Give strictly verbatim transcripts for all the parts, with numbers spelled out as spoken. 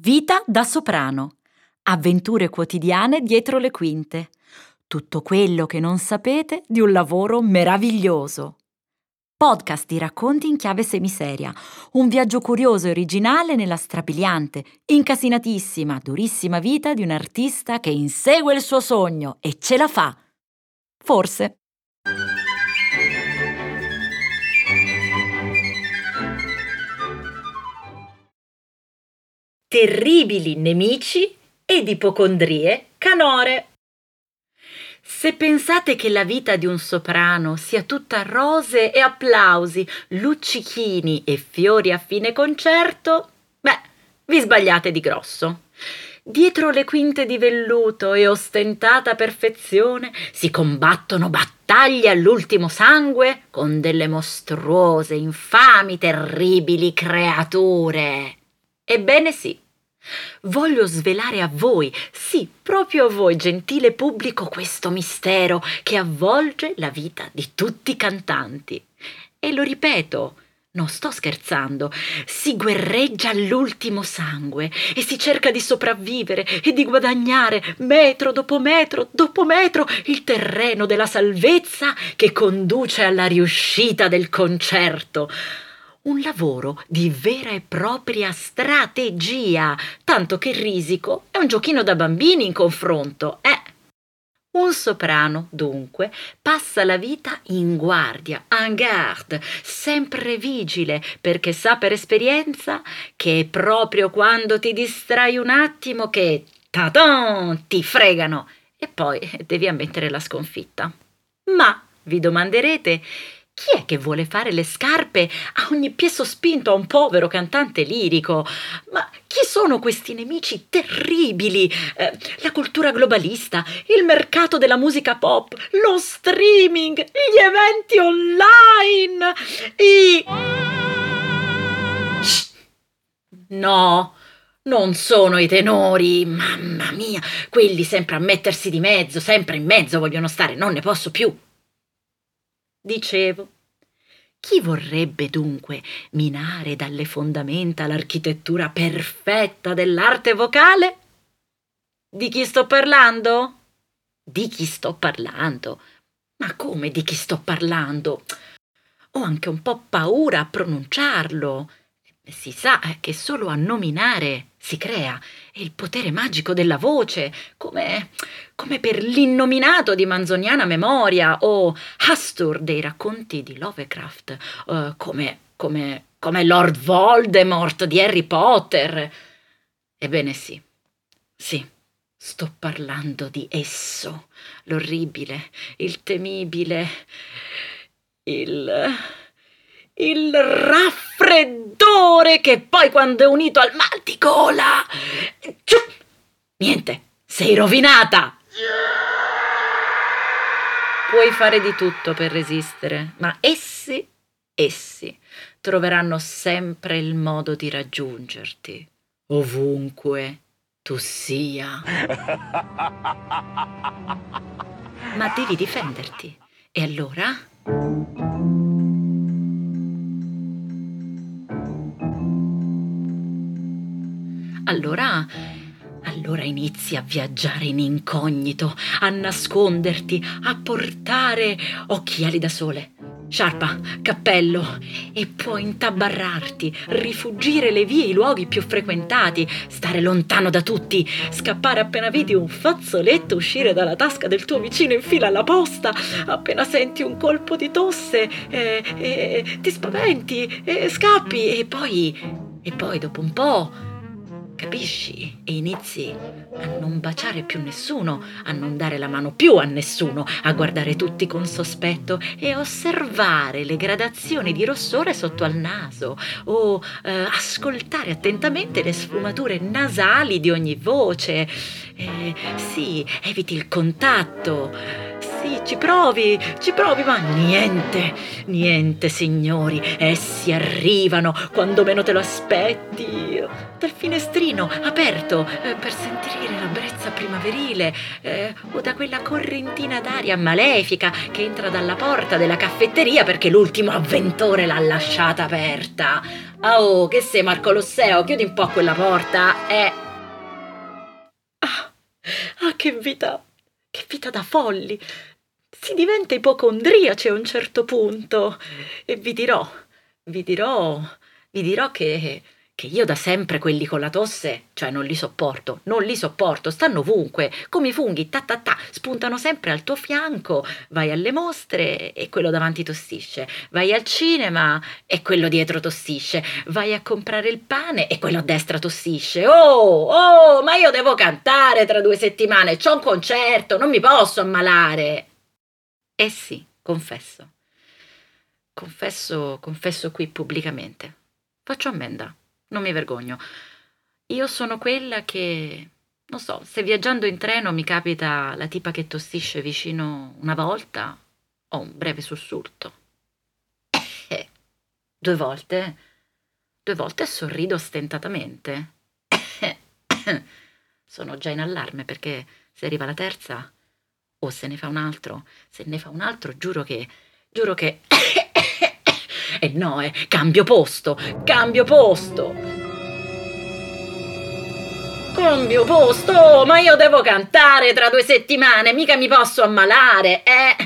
Vita da soprano. Avventure quotidiane dietro le quinte. Tutto quello che non sapete di un lavoro meraviglioso. Podcast di racconti in chiave semiseria. Un viaggio curioso e originale nella strabiliante, incasinatissima, durissima vita di un artista che insegue il suo sogno e ce la fa. Forse. Terribili nemici ed ipocondrie canore. Se pensate che la vita di un soprano sia tutta rose e applausi, luccichini e fiori a fine concerto, beh, vi sbagliate di grosso. Dietro le quinte di velluto e ostentata perfezione si combattono battaglie all'ultimo sangue con delle mostruose, infami, terribili creature. Ebbene sì. Voglio svelare a voi, sì, proprio a voi, gentile pubblico, questo mistero che avvolge la vita di tutti i cantanti. E lo ripeto, non sto scherzando, si guerreggia all'ultimo sangue e si cerca di sopravvivere e di guadagnare metro dopo metro dopo metro il terreno della salvezza che conduce alla riuscita del concerto. Un lavoro di vera e propria strategia, tanto che il risico è un giochino da bambini in confronto, eh? Un soprano, dunque, passa la vita in guardia, en garde, sempre vigile, perché sa per esperienza che è proprio quando ti distrai un attimo che, ta-dan, ti fregano e poi devi ammettere la sconfitta. Ma, vi domanderete, chi è che vuole fare le scarpe a ogni piè sospinto a un povero cantante lirico? Ma chi sono questi nemici terribili? Eh, la cultura globalista, il mercato della musica pop, lo streaming, gli eventi online, i... Shh. No, non sono i tenori, mamma mia, quelli sempre a mettersi di mezzo, sempre in mezzo vogliono stare, non ne posso più. Dicevo, chi vorrebbe dunque minare dalle fondamenta l'architettura perfetta dell'arte vocale? Di chi sto parlando? Di chi sto parlando? Ma come di chi sto parlando? Ho anche un po' paura a pronunciarlo. Si sa che solo a nominare si crea il potere magico della voce, come, come per l'innominato di manzoniana memoria o Hastur dei racconti di Lovecraft, uh, come, come, come Lord Voldemort di Harry Potter. Ebbene sì, sì, sto parlando di esso, l'orribile, il temibile, il... il raffreddore che poi quando è unito al mal di gola... Niente, sei rovinata! Puoi fare di tutto per resistere, ma essi, essi, troveranno sempre il modo di raggiungerti, ovunque tu sia. Ma devi difenderti. E allora? Allora, allora inizi a viaggiare in incognito, a nasconderti, a portare occhiali da sole, sciarpa, cappello e puoi intabarrarti, rifugire le vie e i luoghi più frequentati, stare lontano da tutti, scappare appena vedi un fazzoletto uscire dalla tasca del tuo vicino in fila alla posta, appena senti un colpo di tosse, eh, eh, ti spaventi, eh, scappi e poi, e poi dopo un po'... capisci? E inizi a non baciare più nessuno, a non dare la mano più a nessuno, a guardare tutti con sospetto e a osservare le gradazioni di rossore sotto al naso o eh, ascoltare attentamente le sfumature nasali di ogni voce. Eh, sì, eviti il contatto. Sì, ci provi, ci provi, ma niente, niente, signori, essi arrivano quando meno te lo aspetti, dal finestrino aperto eh, per sentire la brezza primaverile eh, o da quella correntina d'aria malefica che entra dalla porta della caffetteria perché l'ultimo avventore l'ha lasciata aperta. Oh, che sei al Colosseo? Chiudi un po' quella porta. Eh. Ah, ah, che vita, che vita da folli. Si diventa ipocondriaci a un certo punto. E vi dirò, vi dirò, vi dirò che, che io da sempre quelli con la tosse, cioè non li sopporto, non li sopporto, stanno ovunque, come i funghi, ta ta ta, spuntano sempre al tuo fianco, vai alle mostre e quello davanti tossisce, vai al cinema e quello dietro tossisce, vai a comprare il pane e quello a destra tossisce. Oh, oh, ma io devo cantare tra due settimane, c'ho un concerto, non mi posso ammalare. Eh sì, confesso, confesso, confesso qui pubblicamente. Faccio ammenda, non mi vergogno. Io sono quella che, non so, se viaggiando in treno mi capita la tipa che tossisce vicino una volta, ho un breve sussulto. Eh, due volte, due volte sorrido stentatamente. Sono già in allarme perché se arriva la terza... o se ne fa un altro, se ne fa un altro giuro che, giuro che, e eh no, eh, cambio posto, cambio posto, cambio posto, ma io devo cantare tra due settimane, mica mi posso ammalare, eh.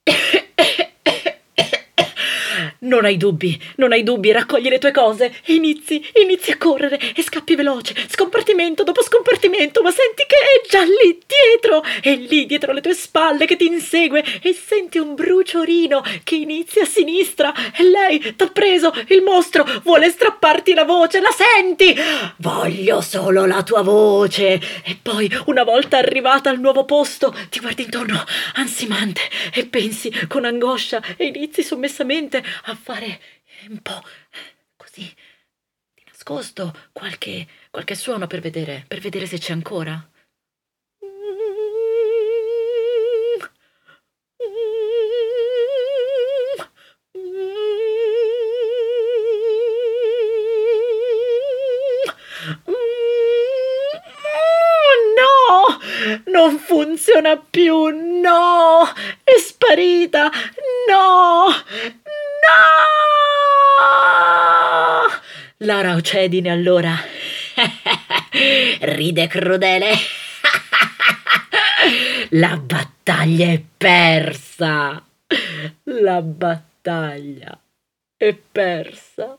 Non hai dubbi, non hai dubbi, raccogli le tue cose e inizi, inizi a correre e scappi veloce, scompartimento dopo scompartimento, ma senti che è già lì dietro, è lì dietro le tue spalle che ti insegue e senti un bruciorino che inizia a sinistra e lei t'ha preso, il mostro vuole strapparti la voce, la senti? Voglio solo la tua voce. E poi, una volta arrivata al nuovo posto, ti guardi intorno ansimante e pensi con angoscia e inizi sommessamente a fare un po' così di nascosto qualche, qualche suono per vedere, per vedere se c'è ancora. No, non funziona più, no, è sparita, no, no! Lara Ocedine allora ride crudele. La battaglia è persa, la battaglia è persa.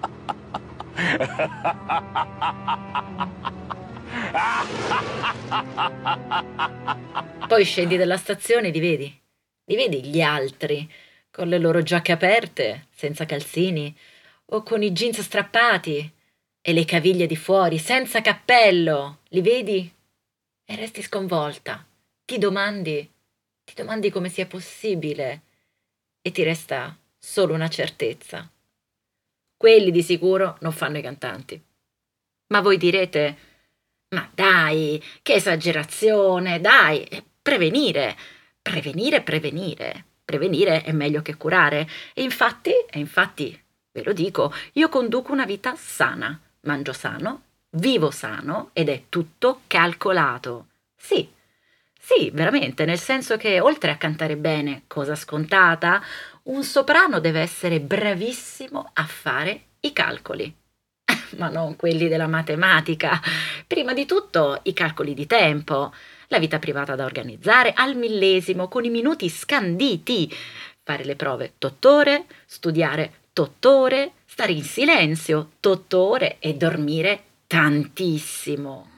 Poi scendi dalla stazione e li vedi, li vedi gli altri con le loro giacche aperte, senza calzini, o con i jeans strappati e le caviglie di fuori, senza cappello. Li vedi e resti sconvolta. Ti domandi, ti domandi come sia possibile e ti resta solo una certezza. Quelli di sicuro non fanno i cantanti. Ma voi direte, ma dai, che esagerazione, dai, prevenire, prevenire, prevenire. Prevenire è meglio che curare. E infatti, e infatti, ve lo dico, io conduco una vita sana, mangio sano, vivo sano ed è tutto calcolato. Sì, sì, veramente, nel senso che oltre a cantare bene, cosa scontata, un soprano deve essere bravissimo a fare i calcoli. Ma non quelli della matematica. Prima di tutto i calcoli di tempo, la vita privata da organizzare al millesimo con i minuti scanditi, fare le prove tott'ore, studiare tott'ore, stare in silenzio tott'ore e dormire tantissimo.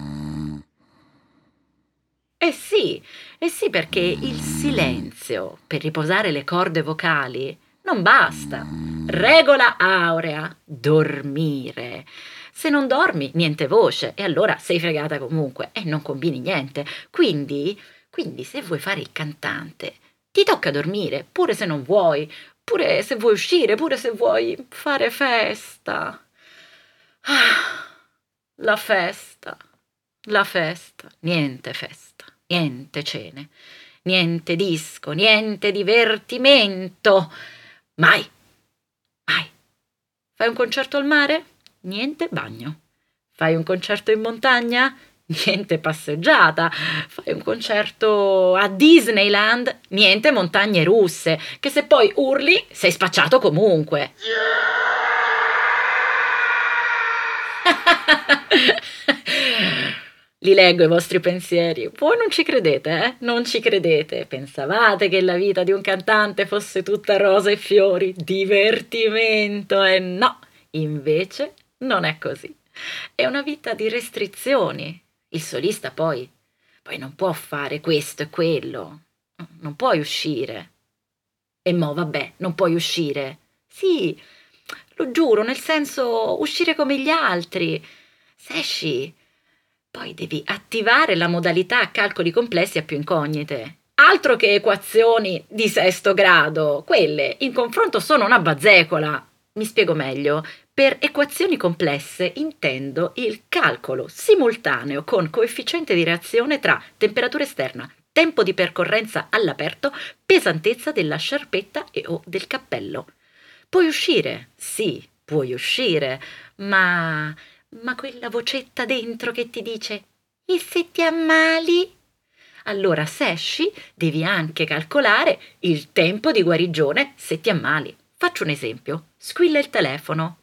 Eh sì, eh sì, perché il silenzio per riposare le corde vocali non basta. Regola aurea, dormire. Se non dormi, niente voce, e allora sei fregata comunque e non combini niente. Quindi, quindi se vuoi fare il cantante, ti tocca dormire, pure se non vuoi, pure se vuoi uscire, pure se vuoi fare festa. Ah, la festa, la festa, niente festa, niente cene, niente disco, niente divertimento. Mai, mai. Fai un concerto al mare? Niente bagno. Fai un concerto in montagna? Niente passeggiata. Fai un concerto a Disneyland? Niente montagne russe, che se poi urli sei spacciato comunque. Li leggo i vostri pensieri. Voi non ci credete, eh? Non ci credete. Pensavate che la vita di un cantante fosse tutta rose e fiori, divertimento, e no, invece non è così. È una vita di restrizioni. Il solista poi, poi non può fare questo e quello. Non puoi uscire. E mo, vabbè, non puoi uscire. Sì, lo giuro, nel senso, uscire come gli altri. Se esci, poi devi attivare la modalità a calcoli complessi a più incognite. Altro che equazioni di sesto grado. Quelle, in confronto, sono una bazzecola. Mi spiego meglio. Per equazioni complesse intendo il calcolo simultaneo con coefficiente di reazione tra temperatura esterna, tempo di percorrenza all'aperto, pesantezza della sciarpetta e o del cappello. Puoi uscire? Sì, puoi uscire, ma... ma quella vocetta dentro che ti dice «E se ti ammali?» Allora, se esci, devi anche calcolare il tempo di guarigione se ti ammali. Faccio un esempio. Squilla il telefono.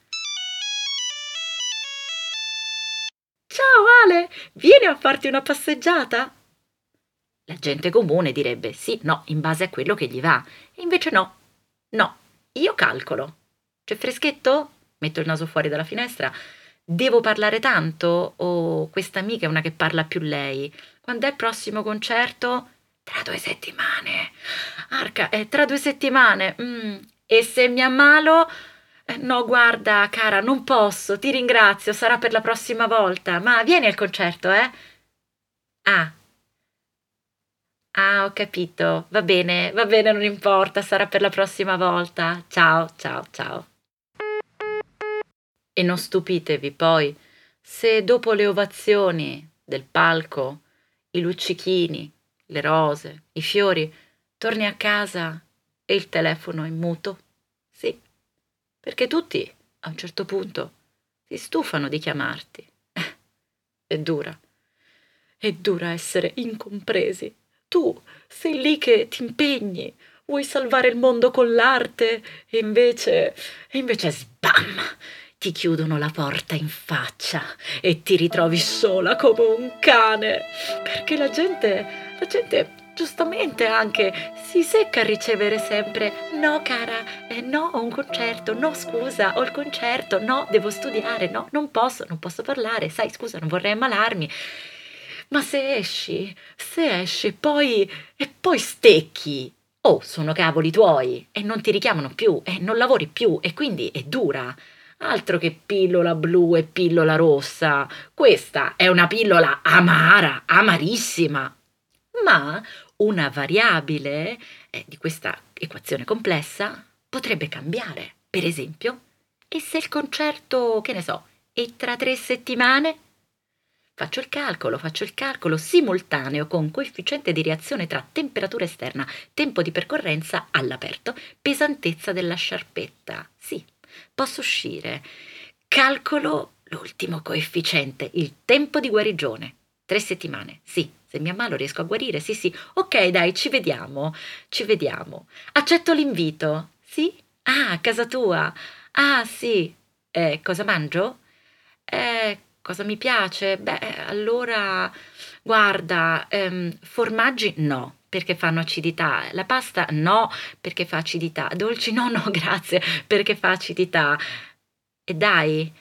«Ciao Ale, vieni a farti una passeggiata?» La gente comune direbbe sì, no, in base a quello che gli va. E invece no. No, io calcolo. C'è freschetto? Metto il naso fuori dalla finestra. Devo parlare tanto? O questa amica è una che parla più lei? Quando è il prossimo concerto? Tra due settimane. Arca, è tra due settimane. Mm. E se mi ammalo? Eh, no, guarda, cara, non posso. Ti ringrazio, sarà per la prossima volta. Ma vieni al concerto, eh? Ah. Ah, ho capito. Va bene, va bene, non importa, sarà per la prossima volta. Ciao, ciao, ciao. E non stupitevi poi se dopo le ovazioni del palco, i luccichini, le rose, i fiori, torni a casa e il telefono è muto. Sì, perché tutti, a un certo punto, si stufano di chiamarti. Eh, è dura, è dura essere incompresi. Tu sei lì che ti impegni, vuoi salvare il mondo con l'arte e invece, e invece sbam, ti chiudono la porta in faccia e ti ritrovi sola come un cane, perché la gente, la gente giustamente anche si secca a ricevere sempre no cara, eh, no ho un concerto, no scusa ho il concerto, no devo studiare, no non posso, non posso parlare, sai scusa non vorrei ammalarmi. Ma se esci, se esci poi e poi stecchi, oh, sono cavoli tuoi e non ti richiamano più e non lavori più e quindi è dura. Altro che pillola blu e pillola rossa, questa è una pillola amara, amarissima. Ma una variabile eh, di questa equazione complessa potrebbe cambiare. Per esempio, e se il concerto, che ne so, è tra tre settimane? Faccio il calcolo, faccio il calcolo simultaneo con coefficiente di reazione tra temperatura esterna, tempo di percorrenza all'aperto, pesantezza della sciarpetta. Sì, posso uscire. Calcolo l'ultimo coefficiente, il tempo di guarigione. Tre settimane, sì. Se mi ammalo riesco a guarire, sì, sì. Ok, dai, ci vediamo, ci vediamo. Accetto l'invito. Sì? Ah, a casa tua. Ah, sì. Eh, cosa mangio? Eh... Cosa mi piace? Beh, allora, guarda, ehm, formaggi no, perché fanno acidità. La pasta no, perché fa acidità. Dolci no, no, grazie, perché fa acidità. E dai,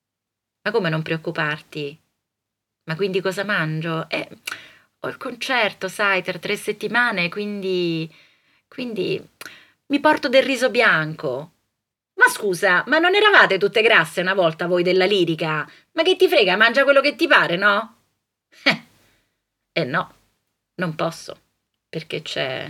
ma come non preoccuparti? Ma quindi cosa mangio? Eh, ho il concerto, sai, tra tre settimane, quindi... quindi mi porto del riso bianco. Ma scusa, ma non eravate tutte grasse una volta voi della lirica? Ma che ti frega, mangia quello che ti pare, no? Eh, eh no, non posso, perché c'è...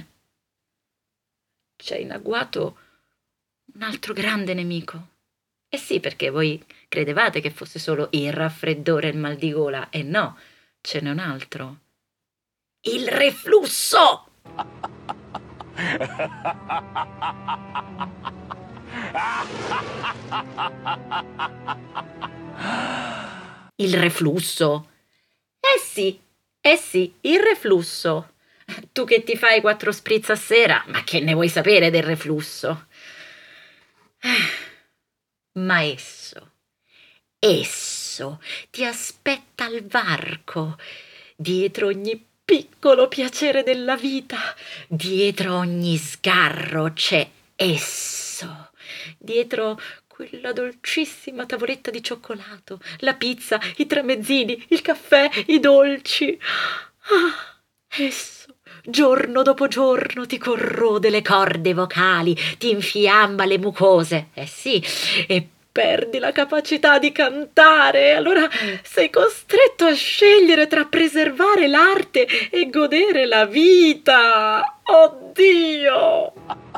c'è in agguato un altro grande nemico. Eh sì, perché voi credevate che fosse solo il raffreddore e il mal di gola, e no, ce n'è un altro. Il reflusso! Il reflusso? Eh sì, eh sì, il reflusso. Tu che ti fai quattro spritz a sera, ma che ne vuoi sapere del reflusso? Ma esso, esso esso ti aspetta al varco, dietro ogni piccolo piacere della vita, dietro ogni sgarro c'è esso, dietro quella dolcissima tavoletta di cioccolato, la pizza, i tramezzini, il caffè, i dolci. Ah, esso, giorno dopo giorno, ti corrode le corde vocali, ti infiamma le mucose, eh sì, e perdi la capacità di cantare, allora sei costretto a scegliere tra preservare l'arte e godere la vita. Oddio!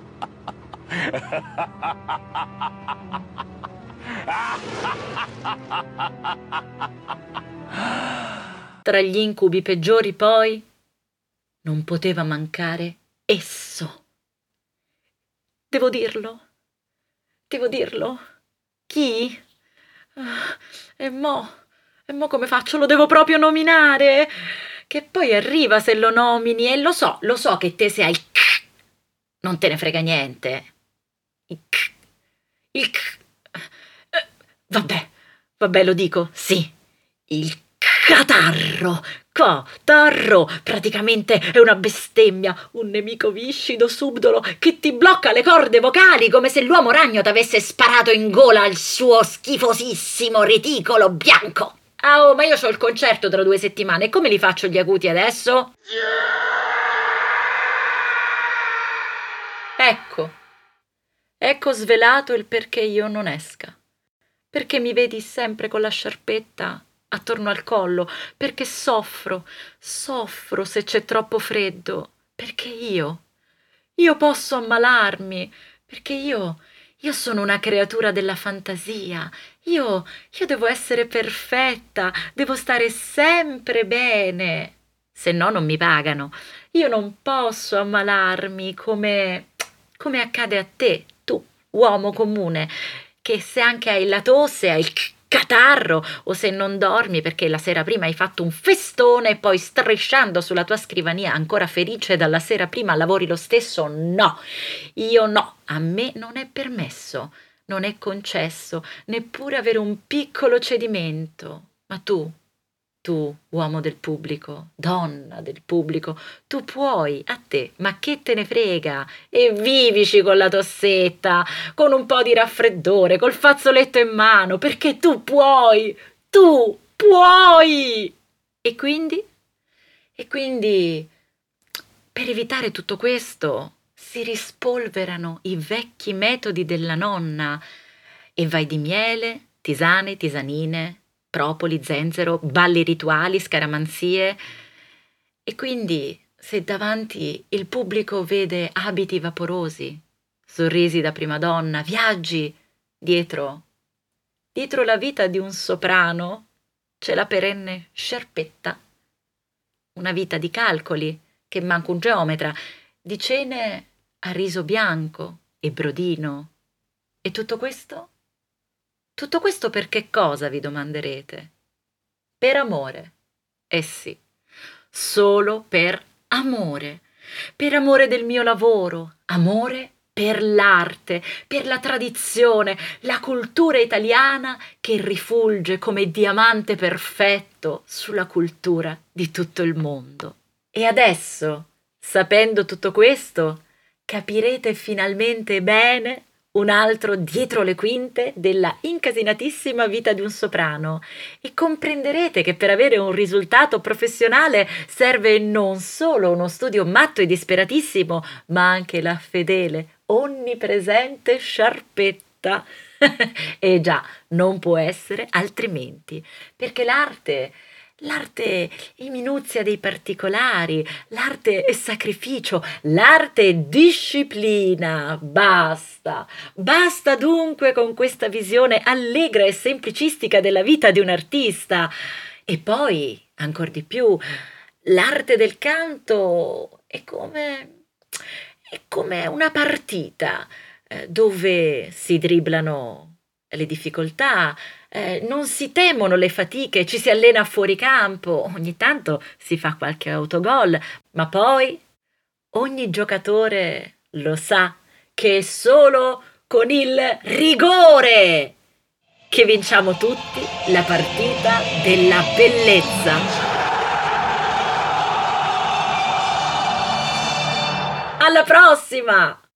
Tra gli incubi peggiori, poi, non poteva mancare esso. Devo dirlo? Devo dirlo? Chi? Ah, e mo? E mo come faccio? Lo devo proprio nominare? Che poi arriva se lo nomini, e lo so, lo so che te sei il c. Non te ne frega niente. Il c. Il c. Eh, vabbè, vabbè, lo dico, sì. Il catarro. Catarro, praticamente è una bestemmia, un nemico viscido, subdolo, che ti blocca le corde vocali come se l'uomo ragno t'avesse sparato in gola il suo schifosissimo reticolo bianco. Ah, oh, ma io c'ho il concerto tra due settimane, come li faccio gli acuti adesso? Ecco, ecco svelato il perché io non esca. Perché mi vedi sempre con la sciarpetta attorno al collo, perché soffro, soffro se c'è troppo freddo, perché io, io posso ammalarmi, perché io, io sono una creatura della fantasia, io, io devo essere perfetta, devo stare sempre bene, se no non mi pagano. Io non posso ammalarmi come, come accade a te, tu, uomo comune, che se anche hai la tosse, hai il catarro, o se non dormi perché la sera prima hai fatto un festone e poi strisciando sulla tua scrivania ancora felice dalla sera prima lavori lo stesso, no, io no, a me non è permesso, non è concesso neppure avere un piccolo cedimento, ma tu, tu, uomo del pubblico, donna del pubblico, tu puoi, a te, ma che te ne frega? E vivici con la tossetta, con un po' di raffreddore, col fazzoletto in mano, perché tu puoi, tu puoi! E quindi? E quindi, per evitare tutto questo, si rispolverano i vecchi metodi della nonna e vai di miele, tisane, tisanine, propoli, zenzero, balli rituali, scaramanzie. E quindi, se davanti il pubblico vede abiti vaporosi, sorrisi da prima donna, viaggi, dietro, dietro la vita di un soprano c'è la perenne sciarpetta, una vita di calcoli, che manca un geometra, di cene a riso bianco e brodino. E tutto questo? Tutto questo per che cosa, vi domanderete? Per amore. Eh sì, solo per amore. Per amore del mio lavoro, amore per l'arte, per la tradizione, la cultura italiana che rifulge come diamante perfetto sulla cultura di tutto il mondo. E adesso, sapendo tutto questo, capirete finalmente bene un altro dietro le quinte della incasinatissima vita di un soprano e comprenderete che per avere un risultato professionale serve non solo uno studio matto e disperatissimo, ma anche la fedele, onnipresente sciarpetta. E già, non può essere altrimenti, perché l'arte... L'arte è minuzia dei particolari, l'arte è sacrificio, l'arte è disciplina. Basta, basta dunque con questa visione allegra e semplicistica della vita di un artista. E poi, ancor di più, l'arte del canto è come, è come una partita eh, dove si dribblano le difficoltà, eh, non si temono le fatiche, ci si allena fuori campo, ogni tanto si fa qualche autogol, ma poi ogni giocatore lo sa che è solo con il rigore che vinciamo tutti la partita della bellezza. Alla prossima!